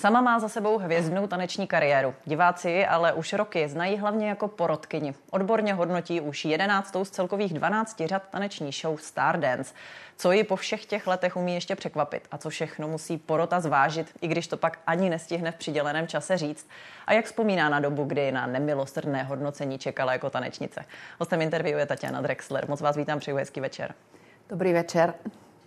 Sama má za sebou hvězdnou taneční kariéru. Diváci ji ale už roky znají hlavně jako porotkyni. Odborně hodnotí už 11. z celkových 12 řad taneční show Stardance. Co ji po všech těch letech umí ještě překvapit a co všechno musí porota zvážit, i když to pak ani nestihne v přiděleném čase říct. A jak vzpomíná na dobu, kdy na nemilosrdné hodnocení čekala jako tanečnice. Hostem interview je Tatiana Drexler. Moc vás vítám, přeju hezký večer. Dobrý večer.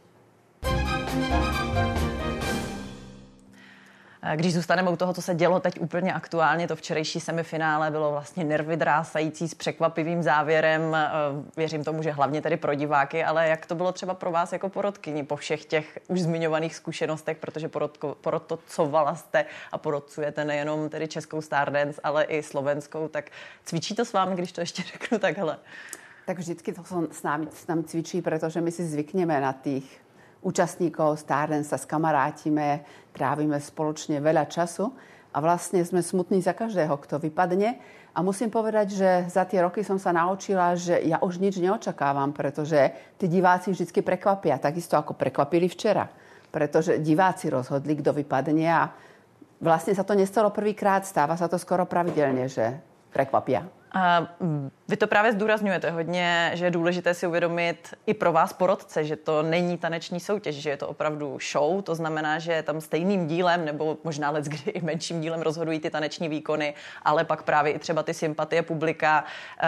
Když zůstaneme u toho, co se dělo teď úplně aktuálně, to včerejší semifinále bylo vlastně nervy drásající s překvapivým závěrem. Věřím tomu, že hlavně tedy pro diváky, ale jak to bylo třeba pro vás jako porotkyni po všech těch už zmiňovaných zkušenostech, protože porotcovala jste a porotcujete nejenom tedy českou Stardance, ale i slovenskou, tak cvičí to s vámi, když to ještě řeknu takhle? Tak vždycky to s námi cvičí, pretože my si zvykneme na tých účastníkov Stardance, sa skamarátime, trávime spoločne veľa času a vlastne sme smutní za každého, kto vypadne. A musím povedať, že za tie roky som sa naučila, že ja už nič neočakávam, pretože tí diváci vždycky prekvapia, takisto ako prekvapili včera. Pretože diváci rozhodli, kto vypadne a vlastne sa to nestalo prvýkrát, stáva sa to skoro pravidelne, že prekvapia. A vy to právě zdůrazňujete hodně, že je důležité si uvědomit i pro vás porotce, že to není taneční soutěž, že je to opravdu show, to znamená, že tam stejným dílem nebo možná leckdy i menším dílem rozhodují ty taneční výkony, ale pak právě i třeba ty sympatie publika.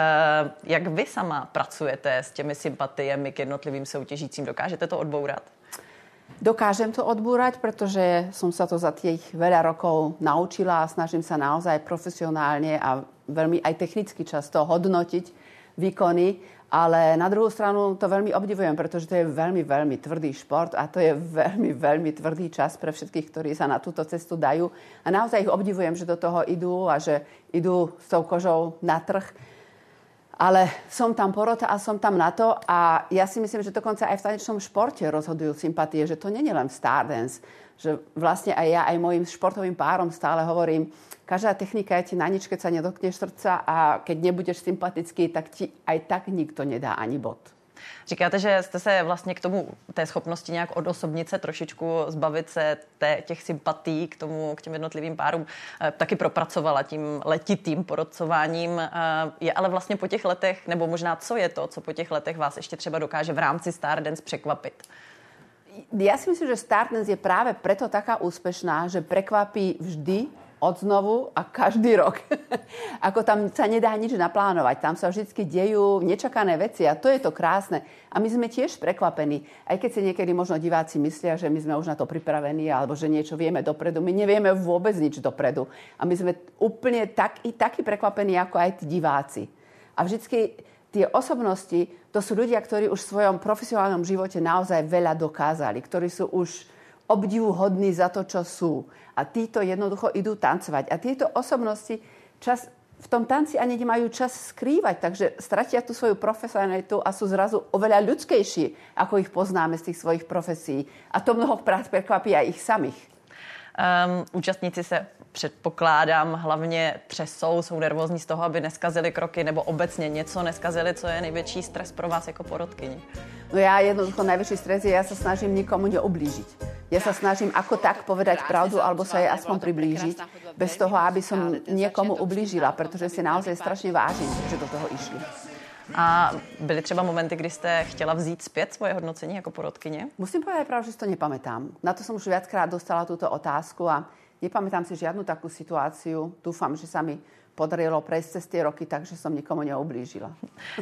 Jak vy sama pracujete s těmi sympatiemi k jednotlivým soutěžícím? Dokážete to odbourat? Dokážem to odbúrať, pretože som sa to za tých veľa rokov naučila a snažím sa naozaj profesionálne a veľmi aj technicky často hodnotiť výkony, ale na druhú stranu to veľmi obdivujem, pretože to je veľmi, veľmi tvrdý šport a to je veľmi, veľmi tvrdý čas pre všetkých, ktorí sa na túto cestu dajú. A naozaj ich obdivujem, že do toho idú a že idú s tou kožou na trh. Ale som tam porota a som tam na to a ja si myslím, že dokonca aj v tanečnom športe rozhodujú sympatie, že to nie je len v Stardance, že vlastne aj ja, aj mojim športovým párom stále hovorím, každá technika je ti na nič, keď sa nedotkneš srdca a keď nebudeš sympatický, tak ti aj tak nikto nedá ani bod. Říkáte, že jste se vlastně k tomu, té schopnosti nějak odosobnit se, trošičku zbavit se těch sympatí k těm jednotlivým párům, taky propracovala tím letitým porotcováním. Je ale vlastně po těch letech, nebo možná co je to, co po těch letech vás ještě třeba dokáže v rámci Stardance překvapit? Ja si myslím, že Stardance je práve preto taká úspešná, že prekvapí vždy odznovu a každý rok. Ako tam sa nedá nič naplánovať. Tam sa vždycky dejú nečakané veci a to je to krásne. A my sme tiež prekvapení. Aj keď si niekedy možno diváci myslia, že my sme už na to pripravení alebo že niečo vieme dopredu. My nevieme vôbec nič dopredu. A my sme úplne takí prekvapení ako aj tí diváci. A vždycky tie osobnosti, to sú ľudia, ktorí už v svojom profesionálnom živote naozaj veľa dokázali, ktorí sú už obdivuhodní za to, čo sú. A títo jednoducho idú tancovať. A tieto osobnosti v tom tanci ani nemajú čas skrývať, takže stratia tú svoju profesionalitu a sú zrazu oveľa ľudskejší, ako ich poznáme z tých svojich profesí. A to mnohokrát prekvapí aj ich samých. Účastníci se, předpokládám, hlavně třesou, jsou nervózní z toho, aby neskazili kroky nebo obecně něco neskazili. Co je největší stres pro vás jako porotkyni? No ja jednoducho najväčší stres je, ja sa snažím nikomu neublížiť. Ja sa snažím ako tak povedať pravdu alebo sa jej aspoň priblížiť, bez toho, aby som niekomu ublížila, pretože si naozaj strašne vážim, že do toho išli. A byly třeba momenty, kdy jste chtěla vzít zpět svoje hodnocení jako porotkyně? Musím povedať pravdu, že si to nepamätám. Na to som už viackrát dostala túto otázku a nepamätám si žiadnu takú situáciu. Dúfam, že sa mi podarilo prejsť cez tie roky, takže som nikomu neublížila.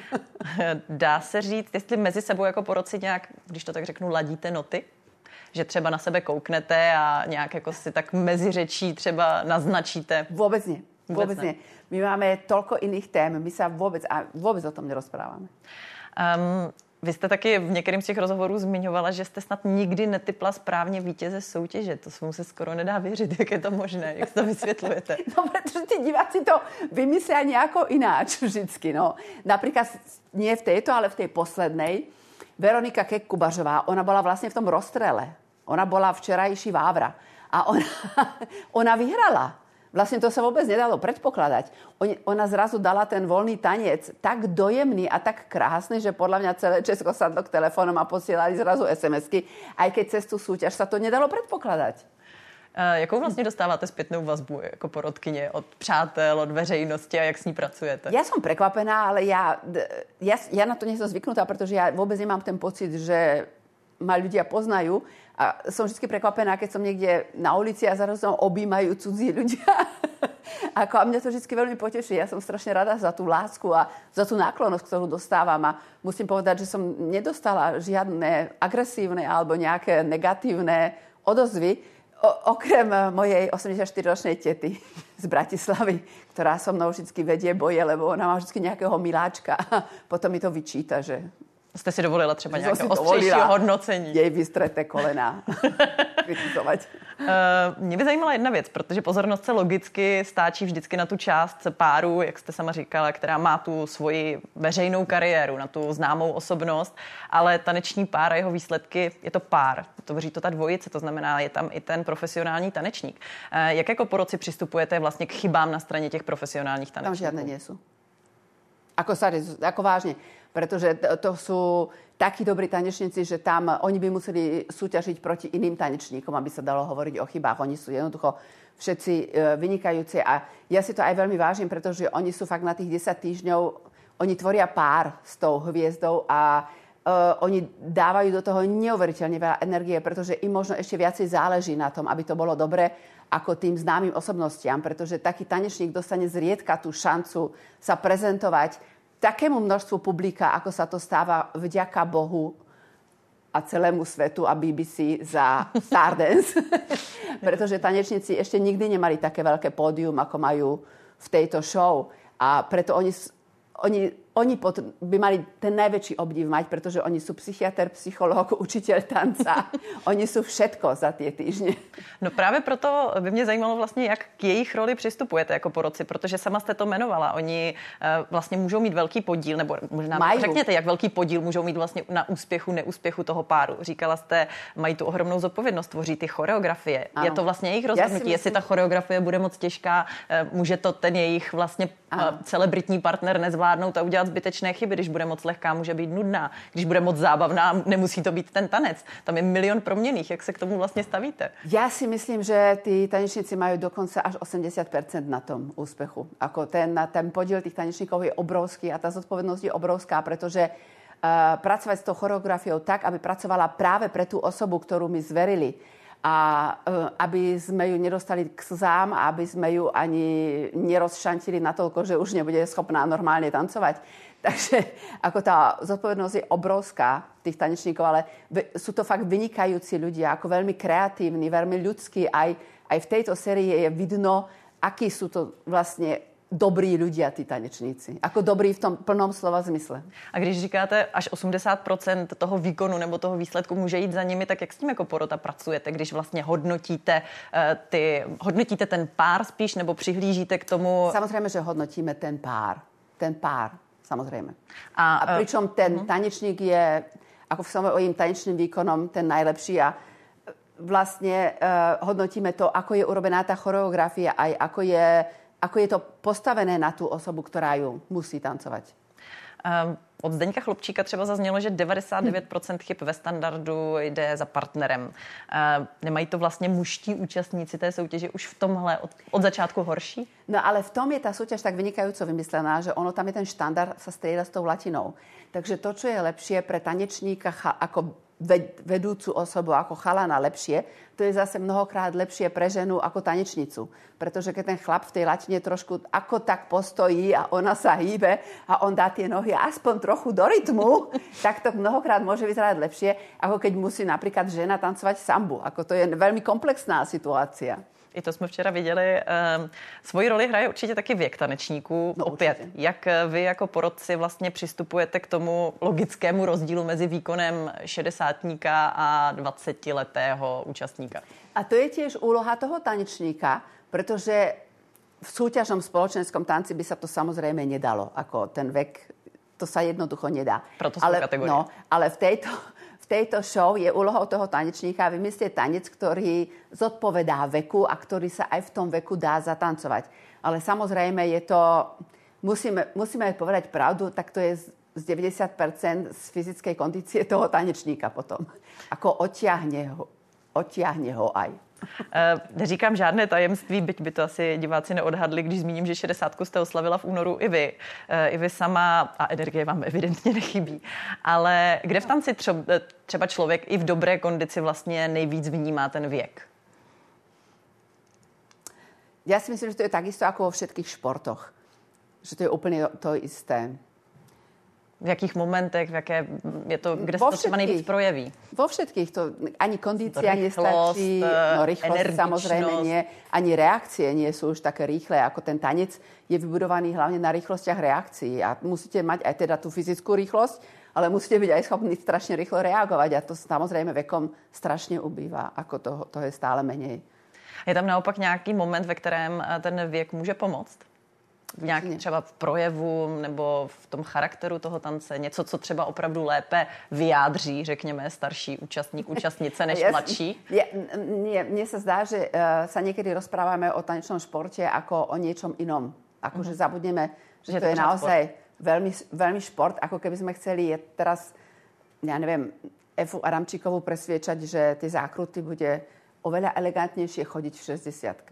Dá se říct, jestli mezi sebou jako porotci nějak, když to tak řeknu, ladíte noty? Že třeba na sebe kouknete a nějak jako si tak mezi řečí třeba naznačíte? Vôbec nie. Vôbec nie. My máme toľko iných tém, my sa vôbec o tom nerozprávame. Vy jste taky v některým z těch rozhovorů zmiňovala, že jste snad nikdy netypla správně vítěze soutěže. To se mu se skoro nedá věřit, jak je to možné. Jak to vysvětlujete? No, pretože tí diváci to vymyslia nejako ináč vždycky. No. Napríklad nie v tejto, ale v tej poslednej. Veronika Kek-Kubařová, ona bola vlastne v tom rozstrele. Ona bola včerajší Vávra. A ona vyhrala. Vlastne to sa vôbec nedalo predpokladať. Ona zrazu dala ten voľný tanec tak dojemný a tak krásny, že podľa mňa celé Česko sadlo k telefónom a posielali zrazu SMS-ky. Aj keď cez tú súťaž sa to nedalo predpokladať. Jakou vlastně dostáváte zpětnou vazbu jako porodkyně od přátel, od veřejnosti a jak s ní pracujete? Ja som prekvapená, ale ja na to nie som zvyknutá, pretože ja vôbec nemám ten pocit, že ma ľudia poznajú. A som vždy prekvapená, keď som niekde na ulici a zrazu objímajú cudzí ľudia. A mňa to vždy veľmi poteší. Ja som strašne rada za tú lásku a za tú náklonnosť, ktorú dostávam. A musím povedať, že som nedostala žiadne agresívne alebo nejaké negatívne odozvy, okrem mojej 84-ročnej tety z Bratislavy, ktorá so mnou vždy vedie boje, lebo ona má vždy nejakého miláčka a potom mi to vyčíta, že... Jste si dovolila třeba nějaké ostřejšího hodnocení. Jej vystreté kolena kritizovat. Mě by zajímala jedna věc, protože pozornost se logicky stáčí vždycky na tu část páru, jak jste sama říkala, která má tu svoji veřejnou kariéru, na tu známou osobnost, ale taneční pár a jeho výsledky, je to pár. Tvoří to ta dvojice, to znamená, je tam i ten profesionální tanečník. Jak jako porodci přistupujete vlastně k chybám na straně těch profesionálních tanečníků? Tam žiadne nie sú. Ako vážne. Pretože to sú takí dobrí tanečníci, že tam oni by museli súťažiť proti iným tanečníkom, aby sa dalo hovoriť o chybách. Oni sú jednoducho všetci vynikajúci a ja si to aj veľmi vážim, pretože oni sú fakt na tých 10 týždňov, oni tvoria pár s tou hviezdou a oni dávajú do toho neuveriteľne veľa energie, pretože im možno ešte viacej záleží na tom, aby to bolo dobre ako tým známym osobnostiam, pretože taký tanečník dostane zriedka tú šancu sa prezentovať takému množstvu publika, ako sa to stáva vďaka Bohu a celému svetu a BBC za Stardance. Pretože tanečníci ešte nikdy nemali také veľké pódium, ako majú v tejto show. A preto oni by mali ten najväčší obdiv mať, pretože oni sú psychiatr, psycholog, učiteľ tanca. Oni sú všetko za tie týždne. No právě proto by mě zajímalo vlastně, jak k jejich roli přistupujete jako porodci, protože sama jste to jmenovala. Oni vlastně můžou mít velký podíl, nebo možná řekněte, jak velký podíl můžou mít vlastně na úspěchu, neúspěchu toho páru. Říkala jste, mají tu ohromnou zodpovědnost, tvoří ty choreografie. Ano. Je to vlastně jejich rozhodnutí, jestli ta choreografie bude moc těžká, může to ten jejich vlastně celebritní partner nezvládnout a udělat zbytečné chyby, když bude moc lehká, může být nudná, když bude moc zábavná, nemusí to být ten tanec. Tam je milion proměnných, jak se k tomu vlastně stavíte? Ja si myslím, že tí tanečníci majú dokonca až 80% na tom úspechu. Ako ten podiel tých tanečníkov je obrovský a tá zodpovednosť je obrovská, pretože pracovať s tou choreografiou tak, aby pracovala práve pre tú osobu, ktorú mi zverili a aby sme ju nedostali k slzám a aby sme ju ani nerozšantili natoľko, že už nebude schopná normálne tancovať. Takže ako tá zodpovednosť je obrovská tých tanečníkov, ale sú to fakt vynikajúci ľudia, ako veľmi kreatívni, veľmi ľudskí. Aj v tejto sérii je vidno, akí sú to vlastne dobrí ľudia, tí tanečníci. Ako dobrí v tom plnom slova zmysle. A když říkáte, až 80% toho výkonu nebo toho výsledku může jít za nimi, tak jak s tím jako porota pracujete, když vlastně hodnotíte ten pár spíš, nebo přihlížíte k tomu? Samozrejme, že hodnotíme ten pár. Ten pár, samozrejme. A pričom ten tanečník je, ako v svojím tanečným výkonom, ten najlepší a vlastne hodnotíme to, ako je urobená tá choreografia, aj ako je to postavené na tú osobu, ktorá ju musí tancovať. Od Zdeňka Chlopčíka třeba zaznělo, že 99% chyb ve standardu jde za partnerem. Nemají to vlastně mužští účastníci té soutěže už v tomhle od začátku horší? No ale v tom je tá súťaž tak vynikajúco vymyslená, že ono tam je ten štandard sa strieda s tou latinou. Takže to, čo je lepšie pre tanečníka ako vedúcu osobu, ako chalana lepšie, to je zase mnohokrát lepšie pre ženu ako tanečnicu. Pretože keď ten chlap v tej latine trošku ako tak postojí a ona sa hýbe a on dá tie nohy aspoň trochu do rytmu, tak to mnohokrát môže vyzerať lepšie, ako keď musí napríklad žena tancovať sambu. Ako to je veľmi komplexná situácia. I to jsme včera viděli. Svoji roli hraje určitě taky věk tanečníků. No, opět, určitě. Jak vy jako porodci vlastně přistupujete k tomu logickému rozdílu mezi výkonem 60-tníka a 20-letého účastníka? A to je tiež úloha toho tanečníka, pretože v súťažnom spoločenskom tanci by sa to samozrejme nedalo. Ako ten vek, to sa jednoducho nedá. Proto sú kategórie. No, ale v tejto show je úlohou toho tanečníka vymyslieť tanec, ktorý zodpovedá veku a ktorý sa aj v tom veku dá zatancovať. Ale samozrejme je to, musíme povedať pravdu, tak to je z 90% z fyzickej kondície toho tanečníka potom. Ako odtiahne ho aj. Neříkám žádné tajemství, byť by to asi diváci neodhadli, když zmíním, že 60 jste oslavila v únoru i vy. I vy sama, a energie vám evidentně nechybí. Ale kde v tanci třeba člověk i v dobré kondici vlastně nejvíc vnímá ten věk? Ja si myslím, že to je takisto ako vo všetkých športoch. Že to je úplne to isté. V jakých momentech, je to, kde se to třeba nejvíc projeví? Vo všetkých. To ani kondícia nestačí, rýchlosť samozrejme nie. Ani reakcie nie sú už také rýchle, ako ten tanec je vybudovaný hlavne na rýchlostiach reakcií. A musíte mať aj teda tú fyzickú rýchlosť, ale musíte byť aj schopní strašne rýchlo reagovať. A to samozrejme vekom strašne ubýva, ako to je stále menej. Je tam naopak nějaký moment, ve kterém ten věk může pomoct? Třeba v projevu nebo v tom charakteru toho tance? Něco, co třeba opravdu lépe vyjádří, řekněme, starší účastník, účastnice než mladší? Mne sa zdá, že sa niekedy rozprávame o tanečnom športe ako o niečom inom. Akože zabudneme, že to je naozaj veľmi, veľmi šport, ako keby sme chceli teraz, ja neviem, Efu Adamčíkovú presviečať, že tie zákruty bude oveľa elegantnější chodit v 60.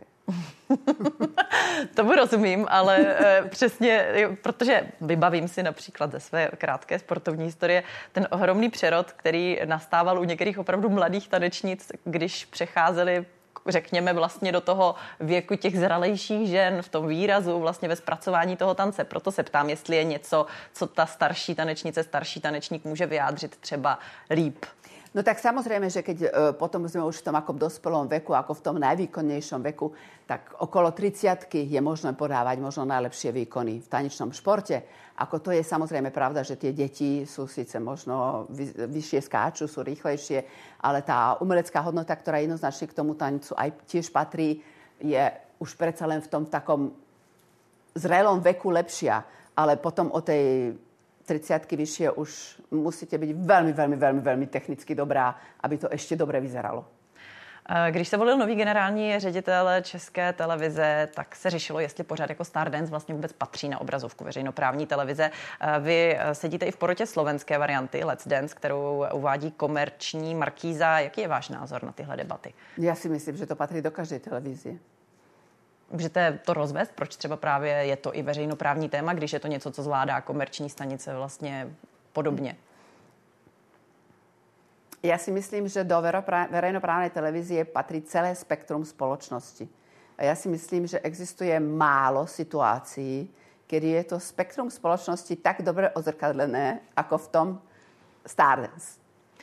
Tomu rozumím, ale přesně, protože vybavím si například ze své krátké sportovní historie ten ohromný přerod, který nastával u některých opravdu mladých tanečnic, když přecházeli, řekněme, vlastně do toho věku těch zralejších žen v tom výrazu, vlastně ve zpracování toho tance. Proto se ptám, jestli je něco, co ta starší tanečnice, starší tanečník může vyjádřit třeba líp. No tak samozrejme, že keď potom sme už v tom ako dospelom veku, ako v tom najvýkonnejšom veku, tak okolo 30-ky je možné podávať možno najlepšie výkony v tanečnom športe. Ako to je samozrejme pravda, že tie deti sú síce možno vyššie skáču, sú rýchlejšie, ale tá umelecká hodnota, ktorá jednoznačne k tomu tancu aj tiež patrí, je už predsa len v tom takom zrelom veku lepšia. Ale potom o tej 30-ky vyššie už musíte být velmi, velmi, velmi, velmi technicky dobrá, aby to ještě dobře vyzeralo. Když se volil nový generální ředitel České televize, tak se řešilo, jestli pořád jako Stardance vlastně vůbec patří na obrazovku veřejnoprávní televize. Vy sedíte i v porotě slovenské varianty Let's Dance, kterou uvádí komerční Markíza. Jaký je váš názor na tyhle debaty? Já si myslím, že to patří do každé televize. Můžete to rozvést? Proč třeba právě je to i veřejnoprávní téma, když je to něco, co zvládá komerční stanice vlastně podobně? Ja si myslím, že do verejnoprávnej televízie patrí celé spektrum spoločnosti. A ja si myslím, že existuje málo situácií, kedy je to spektrum spoločnosti tak dobre odzrkadlené, ako v tom Stardance.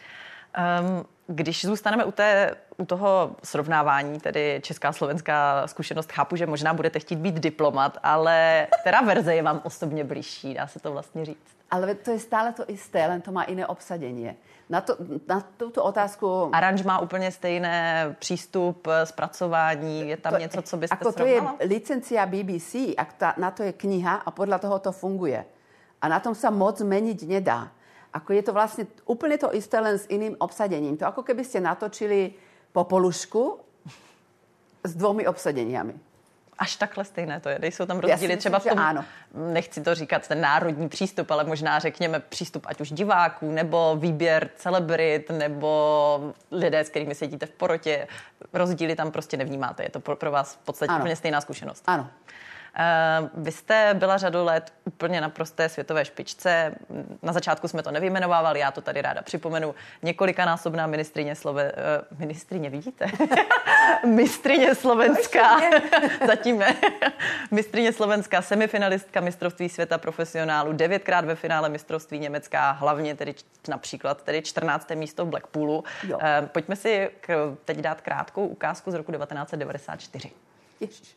Když zůstaneme u toho srovnávání, tedy česká a slovenská zkušenost, chápu, že možná budete chtít být diplomat, ale která verze je vám osobně blížší, dá se to vlastně říct? Ale to je stále to isté, len to má iné obsadenie. Na túto otázku... Aranž má úplně stejné přístup, zpracování, je tam něco, co byste srovnala? To je licencia BBC, na to je kniha a podľa toho to funguje. A na tom sa moc meniť nedá. Ako je to vlastne úplne to isté, len s iným obsadením. To ako keby ste natočili popolušku s 2 obsadeniami. Až takhle stejné to je. Nejsou tam rozdíly třeba v tom, ano. Nechci to říkat, ten národní přístup, ale možná řekněme přístup ať už diváků, nebo výběr celebrit, nebo lidé, s kterými sedíte v porotě. Rozdíly tam prostě nevnímáte. Je to pro vás v podstatě úplně stejná zkušenost. Ano. Vy jste byla řadu let úplně na prosté světové špičce. Na začátku jsme to nevyjmenovávali, já to tady ráda připomenu. Několikanásobná ministryně, vidíte? Mistryně slovenská, zatím ne. Mistryně slovenská, semifinalistka mistrovství světa profesionálů, 9krát ve finále mistrovství Německa, hlavně tedy například 14. místo v Blackpoolu. Pojďme si teď dát krátkou ukázku z roku 1994. Ježiš.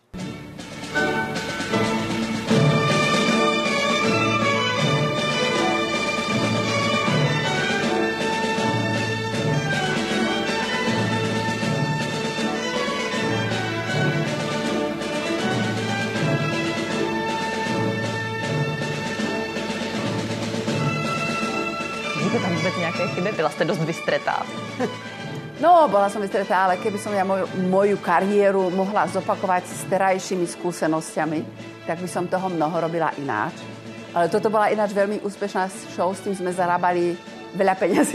Vidíte tam vůbec nějaké chyby? Byla jste dost vystretá. No, bola som vystretá, ale keby som ja moju kariéru mohla zopakovať s terajšími skúsenosťami, tak by som toho mnoho robila ináč. Ale toto bola ináč veľmi úspešná show, s tým sme zarábali veľa peňazí.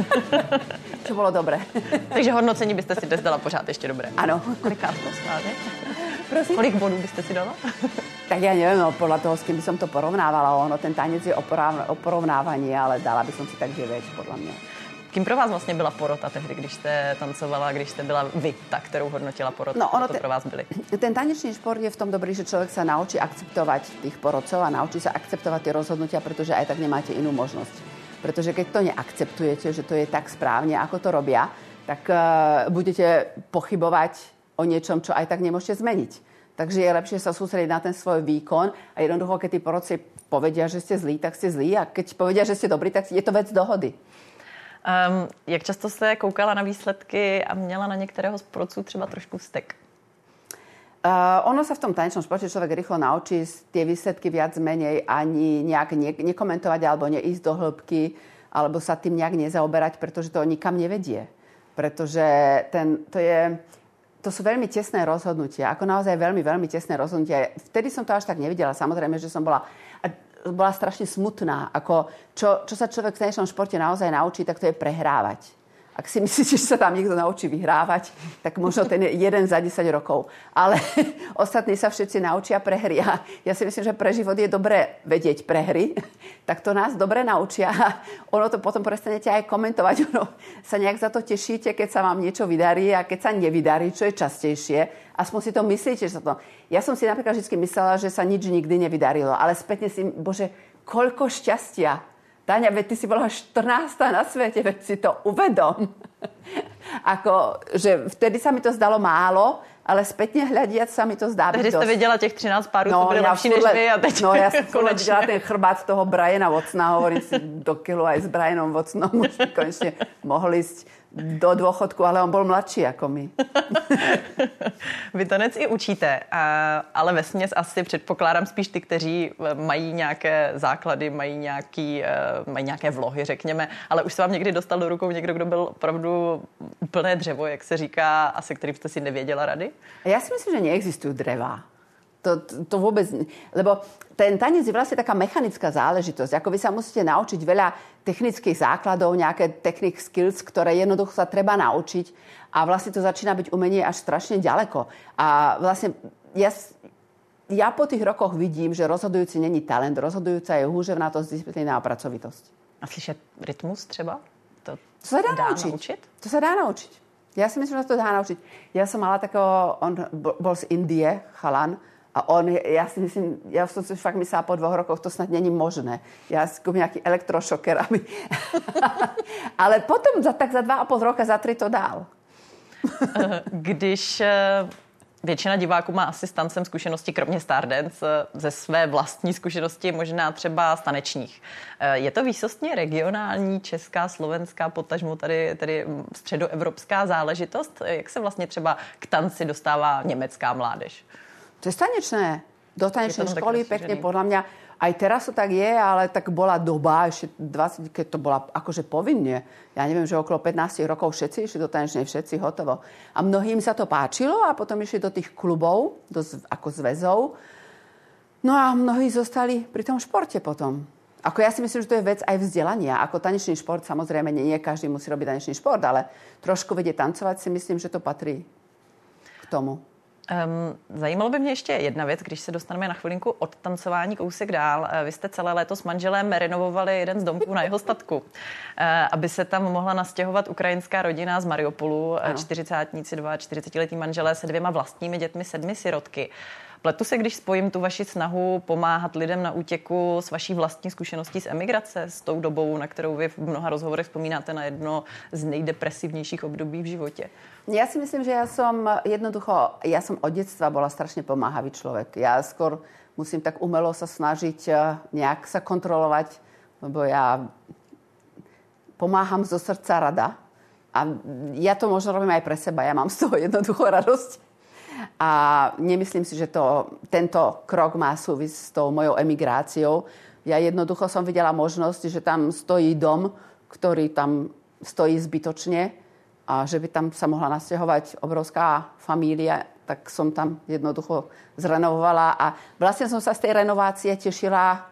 Čo bolo dobré. Takže hodnocení byste si dnes dala pořád ještě dobré. Ano. Kolikátko správně? Prosím? Kolik bodů byste si dala? Tak ja neviem, no, podľa toho, s kým by som to porovnávala. Ono, ten tanec je o porovnávaní, ale dala by som si tak 9, podľa mňa. Kým pro vás vlastně byla porota tehdy, když jste tancovala, když jste byla vy, ta, kterou hodnotila porota? No, ono to pro vás byli? Ten tanečný šport je v tom dobrý, že človek sa naučí akceptovať tých porodcov a naučí sa akceptovať tie rozhodnutia, pretože aj tak nemáte inú možnosť. Pretože keď to neakceptujete, že to je tak správne, ako to robia, tak budete pochybovať o niečom, čo aj tak nemôžete zmeniť. Takže je lepšie sa sústrediť na ten svoj výkon a jednoducho, keď tí porodci povedia, že ste zlí, tak ste zlí a keď povedia, že ste dobrí, tak je to vec dohody. Jak často jste koukala na výsledky a měla na některého z porodců třeba trošku vztek? Ono sa v tom tanečnom športe človek rýchlo naučí tie výsledky viac menej ani nejak nekomentovať alebo neísť do hĺbky alebo sa tým nejak nezaoberať, pretože to nikam nevedie. Pretože to sú veľmi tesné rozhodnutia. Ako naozaj veľmi, veľmi tesné rozhodnutia. Vtedy som to až tak nevidela. Samozrejme, že som bola strašne smutná. Ako, čo sa človek v tanečnom športe naozaj naučí, tak to je prehrávať. Ak si myslíte, že sa tam niekto naučí vyhrávať, tak možno ten jeden za 10 rokov. Ale ostatní sa všetci naučia prehry. A ja si myslím, že pre život je dobré vedieť prehry. Tak to nás dobre naučia. Ono to potom prestanete aj komentovať. Ono sa nejak za to tešíte, keď sa vám niečo vydarí a keď sa nevydarí, čo je častejšie. Aspoň si to myslíte, že sa to... Ja som si napríklad vždy myslela, že sa nič nikdy nevydarilo. Ale spätne si, bože, koľko šťastia. Táňa, veď ty si bola 14. na svete, veď si to uvedom. Ako, že vtedy sa mi to zdalo málo, ale spätne hľadiac sa mi to zdá byť dosť. Tehdy ste vedela těch 13 párů, co byly lepší než vy a teď ja som videla ten chrbát toho Briana Watsona, hovorím si do kilu aj s Brianom Watsonom, už konečne mohli ísť do dôchodku, ale on bol mladší ako my. Vy tanec i učíte, ale vesměs asi předpokládám spíš ty, kteří mají nějaké základy, mají nějaké vlohy, řekněme, ale už se vám někdy dostal do rukou někdo, kdo byl opravdu úplné dřevo, jak se říká, a se kterým jste si nevěděla rady? Ja si myslím, že neexistujú drevá. To vôbec... Lebo ten tanec je vlastne taká mechanická záležitosť. Ako vy sa musíte naučiť veľa technických základov, nejaké technique skills, ktoré jednoducho sa treba naučiť a vlastne to začína byť umenie až strašne ďaleko. A vlastne ja po tých rokoch vidím, že rozhodujúci není talent, rozhodujúca je húževnatosť, disciplína a pracovitosť. A slyšet rytmus třeba? To sa dá naučiť. To sa dá naučiť. Ja si myslím, že to dá naučiť. Ja som mala takého, on bol z Indie, chalan, a ja si myslím, ja som si fakt myslela po 2 rokoch, to snad není možné. Ja si kúpim nejaký elektrošoker, aby... Ale potom za 2,5 roka, za 3 to dál. Když většina diváků má asi s tancem zkušenosti, kromě Stardance, ze své vlastní zkušenosti, možná třeba z tanečních. Je to výsostně regionální, česká, slovenská, potažmo tady středoevropská záležitost? Jak se vlastně třeba k tanci dostává německá mládež? To je tanečné. Do tanečnej školy pekne, podľa mňa. Aj teraz to tak je, ale tak bola doba, ešte 20, keď to bola akože povinne. Ja neviem, že okolo 15 rokov všetci išli do tanečnej, všetci hotovo. A mnohým sa to páčilo a potom išli do tých klubov, ako zväzov. No a mnohí zostali pri tom športe potom. Ako ja si myslím, že to je vec aj vzdelania. Ako tanečný šport, samozrejme, nie každý musí robiť tanečný šport, ale trošku vedieť tancovať si myslím, že to patrí k tomu. Zajímalo by mě ještě jedna věc, když se dostaneme na chvilinku od tancování kousek dál. Vy jste celé léto s manželem renovovali jeden z domků na jeho statku, aby se tam mohla nastěhovat ukrajinská rodina z Mariupolu, 40-tníci, 42letí manželé se 2 vlastními dětmi, 7 sirotky. Pletu se, když spojím tu vaši snahu pomáhat lidem na útěku s vaší vlastní zkušeností z emigrace, s tou dobou, na kterou vy v mnoha rozhovorech vzpomínáte na jedno z nejdepresivnějších období v životě? Ja si myslím, že ja som od detstva bola strašne pomáhavý človek. Ja skôr musím tak umelo sa snažiť nejak sa kontrolovať, lebo ja pomáham zo srdca rada. A ja to možno robím aj pre seba. Ja mám z toho jednoducho radosť. A nemyslím si, že tento krok má súvisť s tou mojou emigráciou. Ja jednoducho som videla možnosť, že tam stojí dom, ktorý tam stojí zbytočne, a že by tam sa mohla nasťahovať obrovská família, tak som tam jednoducho zrenovovala a vlastne som sa z tej renovácie tešila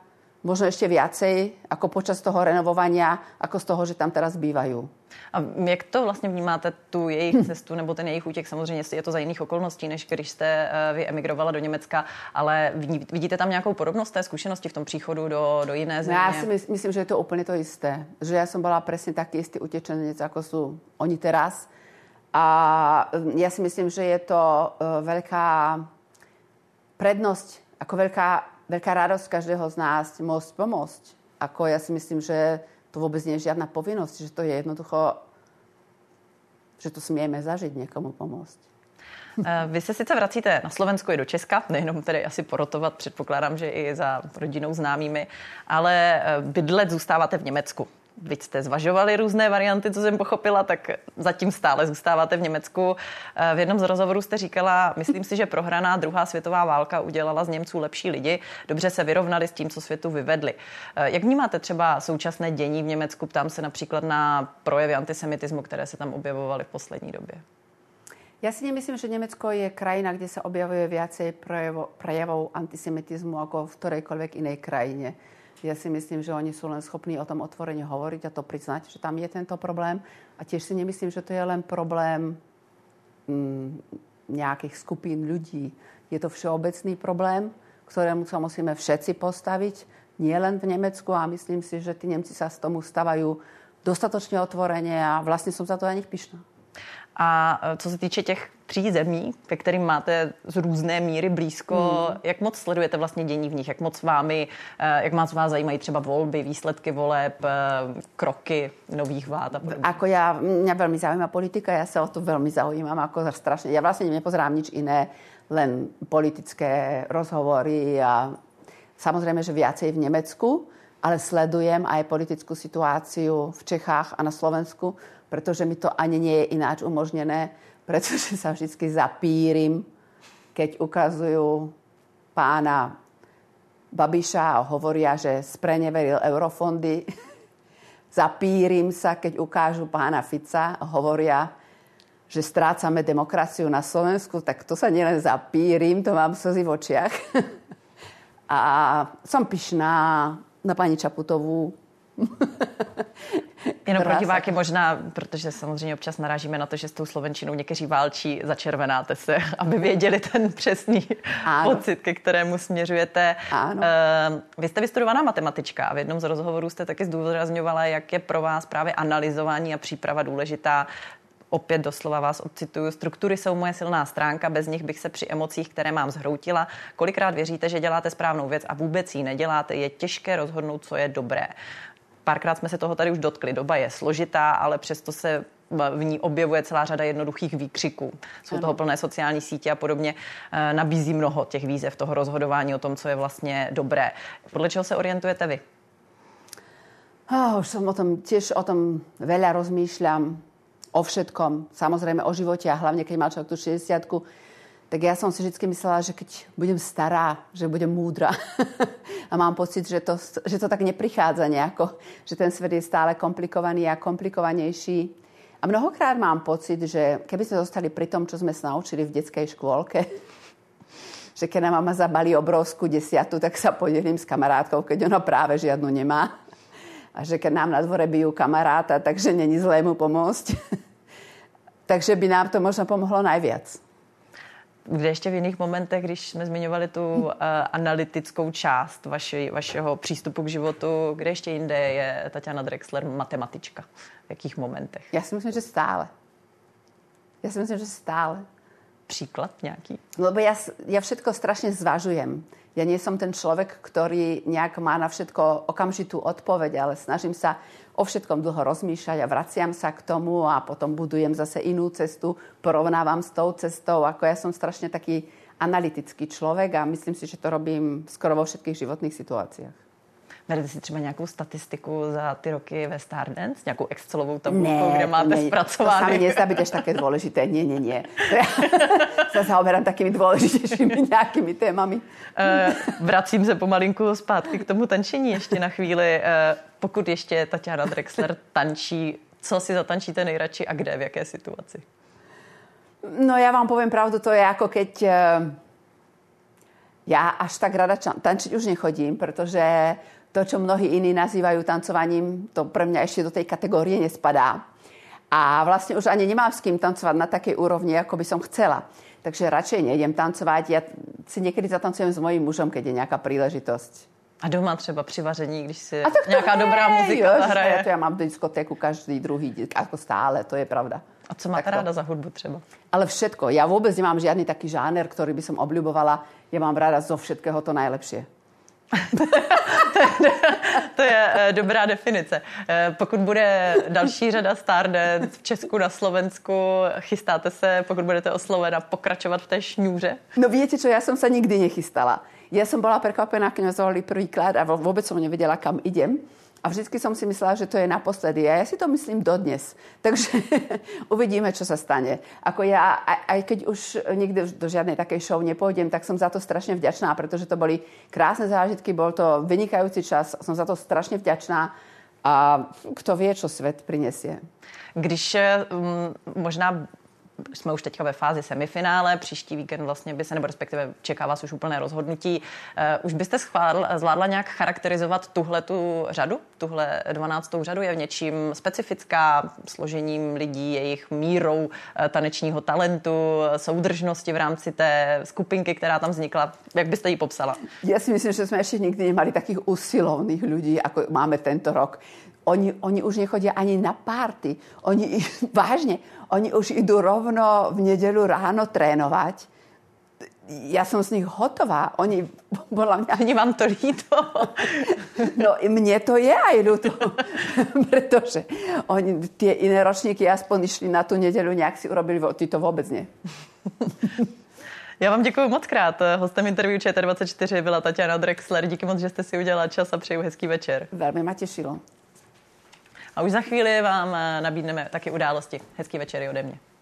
možno ešte viacej ako počas toho renovovania, ako z toho, že tam teraz bývajú. A jak to vlastně vnímáte, tu jejich cestu nebo ten jejich útěk? Samozřejmě je to za jiných okolností, než když jste vy emigrovala do Německa, ale vidíte tam nějakou podobnost té zkušenosti v tom příchodu do jiné země? Ja si myslím, že je to úplne to isté. Že ja som bola presne taký istý utečenec, ako sú oni teraz. A ja si myslím, že je to veľká prednosť, ako veľká radosť každého z nás môcť pomôcť. Ako ja si myslím, že to vôbec nie je žiadna povinnosť, že to je jednoducho, že to smieme zažiť, niekomu pomôcť. Vy se sice vracíte na Slovensko i do Česka, nejenom tedy asi porotovat, předpokládám, že i za rodinou známými, ale bydlet zůstáváte v Německu. Vy jste zvažovali různé varianty, co jsem pochopila, tak zatím stále zůstáváte v Německu. V jednom z rozhovorů jste říkala, myslím si, že prohraná druhá světová válka udělala z Němců lepší lidi, dobře se vyrovnali s tím, co světu vyvedli. Jak vnímáte třeba současné dění v Německu? Ptám se například na projevy antisemitismu, které se tam objevovaly v poslední době. Ja si nemyslím, že Nemecko je krajina, kde sa objavuje viacej prejavov antisemitizmu ako v ktorejkoľvek inej krajine. Ja si myslím, že oni sú len schopní o tom otvorene hovoriť a to priznať, že tam je tento problém. A tiež si nemyslím, že to je len problém nejakých skupín ľudí. Je to všeobecný problém, ktorému sa musíme všetci postaviť, nie len v Nemecku, a myslím si, že tí Nemci sa z tomu stavajú dostatočne otvorene a vlastne som za to aj nich pyšná. A co se týče těch 3 zemí, ke kterým máte z různé míry blízko, jak moc sledujete vlastně dění v nich? Jak moc jak moc vás zajímají třeba volby, výsledky voleb, kroky nových vlád a podobně? Ako mňa veľmi zaujíma politika, ja sa o to veľmi zaujímam, ako strašne. Ja vlastne nepozerám nič iné, len politické rozhovory a samozrejme, že viacej v Nemecku, ale sledujem aj politickú situáciu v Čechách a na Slovensku, pretože mi to ani nie je ináč umožnené, pretože sa vždycky zapírim, keď ukazujú pána Babiša a hovoria, že spreneveril eurofondy. Zapírim sa, keď ukážu pána Fica a hovoria, že strácame demokraciu na Slovensku, tak to sa nielen zapírim, to mám slzy v očiach. A som pyšná na pani Čaputovú. Jenom pro diváky možná, protože samozřejmě občas narážíme na to, že s tou slovenčinou někteří válčí, začervenáte se, aby věděli ten přesný pocit, ke kterému směřujete. Vy jste vystudovaná matematička a v jednom z rozhovorů jste taky zdůrazňovala, jak je pro vás právě analyzování a příprava důležitá. Opět doslova vás odcituju. Struktury jsou moje silná stránka, bez nich bych se při emocích, které mám, zhroutila. Kolikrát věříte, že děláte správnou věc a vůbec ji neděláte, je těžké rozhodnout, co je dobré. Párkrát jsme se toho tady už dotkli. Doba je složitá, ale přesto se v ní objevuje celá řada jednoduchých výkřiků. Jsou toho plné sociální sítě a podobně. Nabízí mnoho těch výzev toho rozhodování o tom, co je vlastně dobré. Podle čeho se orientujete vy? Už som tiež o tom veľa rozmýšľam. O všetkom, samozrejme o živote a hlavne keď mal človek tú 60-ku, tak ja som si vždy myslela, že keď budem stará, že budem múdra. A mám pocit, že to tak neprichádza nejako, že ten svet je stále komplikovaný a komplikovanejší. A mnohokrát mám pocit, že keby sme zostali pri tom, čo sme sa naučili v detskej škôlke, že keď nám mama zabalí obrovskú 10, tak sa podelím s kamarátkou, keď ona práve žiadnu nemá. A že keď nám na dvore bijú kamaráta, takže není zlé mu pomôcť. Takže by nám to možno pomohlo najviac. Kde ještě v jiných momentech, když jsme zmiňovali tu analytickou část vašeho přístupu k životu, kde ještě jinde je Tatiana Drexler matematička? V jakých momentech? Já si myslím, že stále. Příklad nějaký? Lebo ja všetko strašne zvažujem. Ja nie som ten človek, ktorý nejak má na všetko okamžitú odpoveď, ale snažím sa o všetkom dlho rozmýšľať a vraciam sa k tomu a potom budujem zase inú cestu, porovnávam s tou cestou. Ako ja som strašne taký analytický človek a myslím si, že to robím skoro vo všetkých životných situáciách. Vedete si třeba nějakou statistiku za ty roky ve Stardance? Nějakou Excelovou tabulku, kde máte zpracovány? To sa mi nezdá byť až také dôležité. Nie. Ja sa zaoberám takými dôležitejšími nejakými témami. Vracím se pomalinku zpátky k tomu tančení ještě na chvíli. Pokud ještě Tatiana Drexler tančí, co si zatančíte nejradši a kde, v jaké situaci? No ja vám poviem pravdu, to je ako keď... Ja až tak rada tančiť už nechodím, pretože To, čo mnohí iní nazývajú tancovaním, to pre mňa ešte do tej kategórie nespadá. A vlastne už ani nemám s kým tancovať na takej úrovni, ako by som chcela. Takže radšej nejdem tancovať. Ja si niekedy zatancujem s mojím mužom, keď je nejaká príležitosť. A doma třeba při vaření, když si nějaká dobrá muzika zahraje. To ja mám diskotéku každý druhý, ako stále, to je pravda. A co máte ráda za hudbu třeba? Ale všetko. Ja vôbec nemám žiadny taký žáner, ktorý by som obľubovala. Ja mám ráda zo všetkého to najlepšie. To je dobrá definice. Pokud bude další řada Stardance v Česku, na Slovensku, chystáte se, pokud budete oslovena, pokračovat v té šňůře? No viete čo, ja som sa nikdy nechystala. Ja som bola prekvapená, keď ma zvolili prvýkrát a vôbec som nevedela, kam idem. A vždycky som si myslela, že to je naposledy. A ja si to myslím dodnes. Takže uvidíme, čo sa stane. Ako ja, aj keď už nikdy do žiadnej takej show nepôjdem, tak som za to strašne vďačná, pretože to boli krásne zážitky, bol to vynikajúci čas. Som za to strašne vďačná. A kto vie, čo svet prinesie. Když možná jsme už teďka ve fázi semifinále, příští víkend vlastně by se, nebo respektive čeká vás už úplné rozhodnutí. Už byste zvládla nějak charakterizovat tuhletu řadu? Tuhle 12. řadu je v něčím specifická složením lidí, jejich mírou tanečního talentu, soudržnosti v rámci té skupinky, která tam vznikla. Jak byste ji popsala? Ja si myslím, že sme ešte nikdy nemali takých usilovných ľudí, ako máme tento rok. Oni už nechodia ani na párty. Oni už idú rovno v nedeľu ráno trénovať. Ja som z nich hotová. Oni vám to líto? No, mne to je aj ľúto. Pretože tie iné ročníky aspoň išli na tú nedeľu, nejak si urobili, ty to vôbec nie. Já vám děkuji moc krát. Hostem interview ČT24 byla Tatiana Drexler. Díky moc, že jste si udělala čas a přeju hezký večer. Velmi ma tešilo. A už za chvíli vám nabídneme taky události. Hezký večer i ode mě.